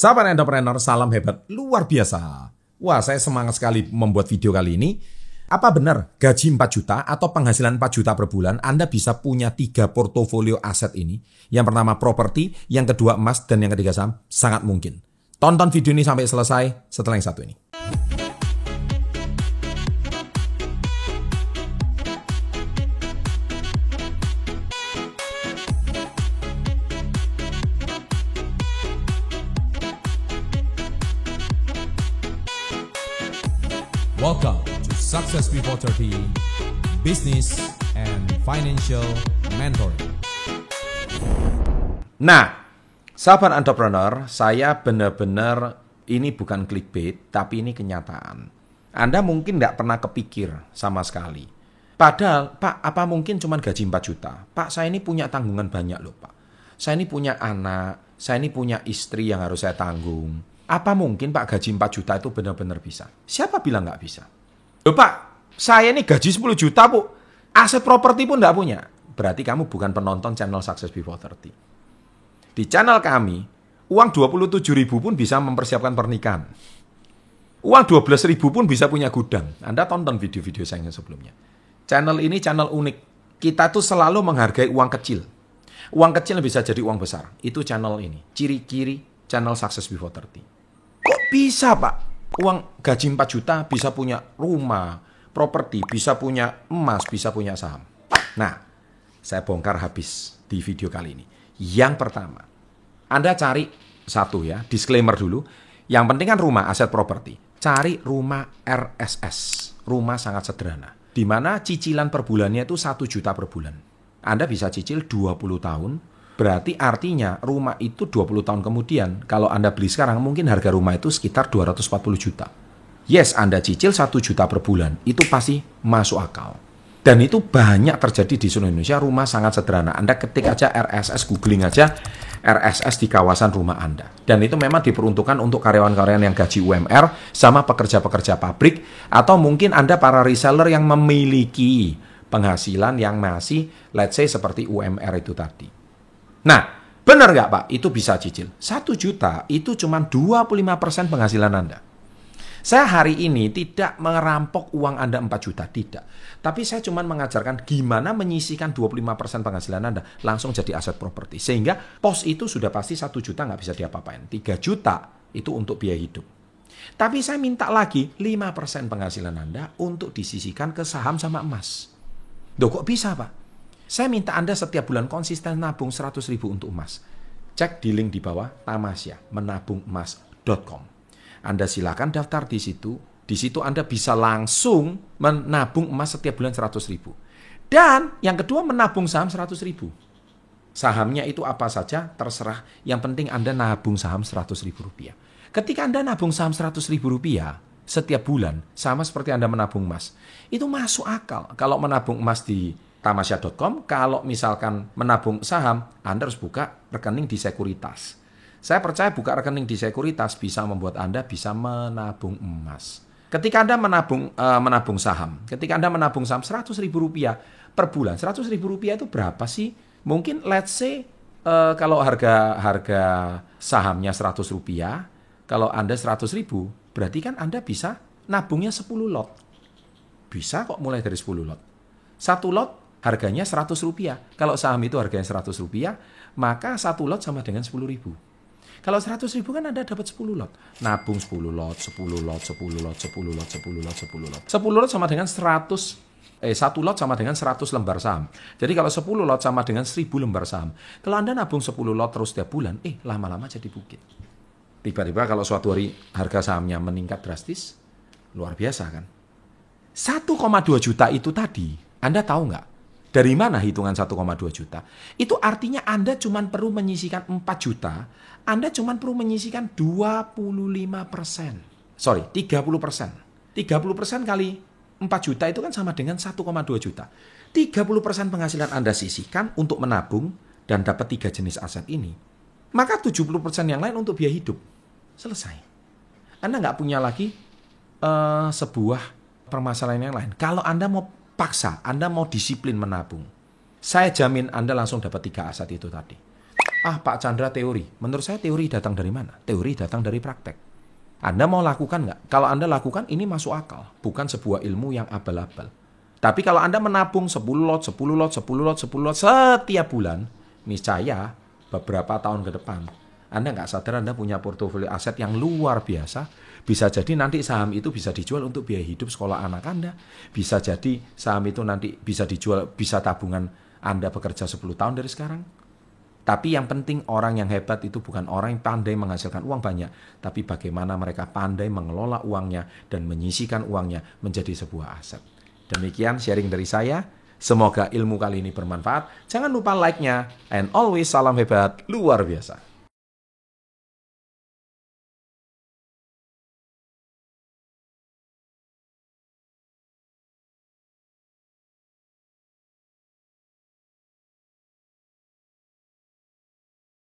Sahabat entrepreneur, salam hebat luar biasa. Wah, saya semangat sekali membuat video kali ini. Apa benar gaji 4 juta atau penghasilan 4 juta per bulan Anda bisa punya 3 portofolio aset ini? Yang pertama properti, yang kedua emas, dan yang ketiga saham? Sangat mungkin. Tonton video ini sampai selesai setelah yang satu ini. Welcome to Success Before 30 Business and Financial Mentoring. Nah, sahabat entrepreneur, saya benar-benar ini bukan clickbait, tapi ini kenyataan. Anda mungkin tidak pernah kepikir sama sekali. Padahal, Pak, apa mungkin cuma gaji 4 juta? Pak, saya ini punya tanggungan banyak loh, Pak. Saya ini punya anak, saya ini punya istri yang harus saya tanggung. Apa mungkin Pak gaji 4 juta itu benar-benar bisa? Siapa bilang nggak bisa? Loh Pak, saya ini gaji 10 juta Bu. Aset properti pun nggak punya. Berarti kamu bukan penonton channel Success Before 30. Di channel kami, uang 27.000 pun bisa mempersiapkan pernikahan. Uang 12.000 pun bisa punya gudang. Anda tonton video-video saya yang sebelumnya. Channel ini channel unik. Kita tuh selalu menghargai uang kecil. Uang kecil bisa jadi uang besar. Itu channel ini. Ciri-ciri channel Success Before 30. Bisa Pak, uang gaji 4 juta bisa punya rumah, properti, bisa punya emas, bisa punya saham. Nah, saya bongkar habis di video kali ini. Yang pertama, Anda cari satu ya, disclaimer dulu. Yang penting kan rumah, aset properti. Cari rumah RSS, rumah sangat sederhana. Di mana cicilan per bulannya itu 1 juta per bulan. Anda bisa cicil 20 tahun. Berarti artinya rumah itu 20 tahun kemudian, kalau Anda beli sekarang, mungkin harga rumah itu sekitar 240 juta. Yes, Anda cicil 1 juta per bulan, itu pasti masuk akal. Dan itu banyak terjadi di seluruh Indonesia, rumah sangat sederhana. Anda ketik aja RSS, googling aja RSS di kawasan rumah Anda. Dan itu memang diperuntukkan untuk karyawan-karyawan yang gaji UMR, sama pekerja-pekerja pabrik, atau mungkin Anda para reseller yang memiliki penghasilan yang masih, let's say seperti UMR itu tadi. Nah, benar nggak Pak? Itu bisa cicil. 1 juta itu cuma 25% penghasilan Anda. Saya hari ini tidak merampok uang Anda 4 juta, tidak. Tapi saya cuma mengajarkan gimana menyisihkan 25% penghasilan Anda langsung jadi aset properti. Sehingga pos itu sudah pasti 1 juta nggak bisa diapa-apain. 3 juta itu untuk biaya hidup. Tapi saya minta lagi 5% penghasilan Anda untuk disisihkan ke saham sama emas. Loh kok bisa Pak? Saya minta Anda setiap bulan konsisten nabung 100.000 untuk emas. Cek di link di bawah, Tamasya, menabungemas.com. Anda silakan daftar di situ. Di situ Anda bisa langsung menabung emas setiap bulan 100.000. Dan yang kedua menabung saham 100.000. Sahamnya itu apa saja, terserah. Yang penting Anda nabung saham 100.000 rupiah. Ketika Anda nabung saham 100.000 rupiah setiap bulan, sama seperti Anda menabung emas, itu masuk akal. Kalau menabung emas di tamasya.com, kalau misalkan menabung saham, Anda harus buka rekening di sekuritas. Saya percaya buka rekening di sekuritas bisa membuat Anda bisa menabung emas. Ketika Anda menabung saham, ketika Anda menabung saham 100.000 rupiah per bulan, 100.000 rupiah itu berapa sih? Mungkin let's say kalau harga sahamnya 100 rupiah, kalau Anda 100.000, berarti kan Anda bisa nabungnya 10 lot. Bisa kok mulai dari 10 lot. 1 lot harganya 100 rupiah. Kalau saham itu harganya 100 rupiah, maka 1 lot sama dengan 10.000. Kalau 100.000 kan Anda dapat 10 lot. Nabung 10 lot, 10 lot, 10 lot, 10 lot, 10 lot, 10 lot. 10 lot sama dengan 1 lot sama dengan 100 lembar saham. Jadi kalau 10 lot sama dengan 1.000 lembar saham. Kalau Anda nabung 10 lot terus setiap bulan, lama-lama jadi bukit. Tiba-tiba kalau suatu hari harga sahamnya meningkat drastis, luar biasa kan? 1,2 juta itu tadi, Anda tahu nggak? Dari mana hitungan 1,2 juta? Itu artinya Anda cuma perlu menyisihkan 4 juta, Anda cuma perlu menyisihkan 25%. Sorry, 30%. 30% kali 4 juta itu kan sama dengan 1,2 juta. 30% penghasilan Anda sisihkan untuk menabung dan dapat 3 jenis aset ini. Maka 70% yang lain untuk biaya hidup. Selesai. Anda nggak punya lagi sebuah permasalahan yang lain. Kalau Anda mau paksa, Anda mau disiplin menabung, saya jamin Anda langsung dapat 3 aset itu tadi. Pak Chandra teori. Menurut saya teori datang dari mana? Teori datang dari praktek. Anda mau lakukan nggak? Kalau Anda lakukan, ini masuk akal. Bukan sebuah ilmu yang abal-abal. Tapi kalau Anda menabung 10 lot, 10 lot, 10 lot, 10 lot setiap bulan, niscaya beberapa tahun ke depan, Anda nggak sadar Anda punya portofolio aset yang luar biasa. Bisa jadi nanti saham itu bisa dijual untuk biaya hidup sekolah anak Anda. Bisa jadi saham itu nanti bisa dijual, bisa tabungan Anda bekerja 10 tahun dari sekarang. Tapi yang penting orang yang hebat itu bukan orang yang pandai menghasilkan uang banyak, tapi bagaimana mereka pandai mengelola uangnya dan menyisihkan uangnya menjadi sebuah aset. Demikian sharing dari saya. Semoga ilmu kali ini bermanfaat. Jangan lupa like-nya. And always salam hebat luar biasa.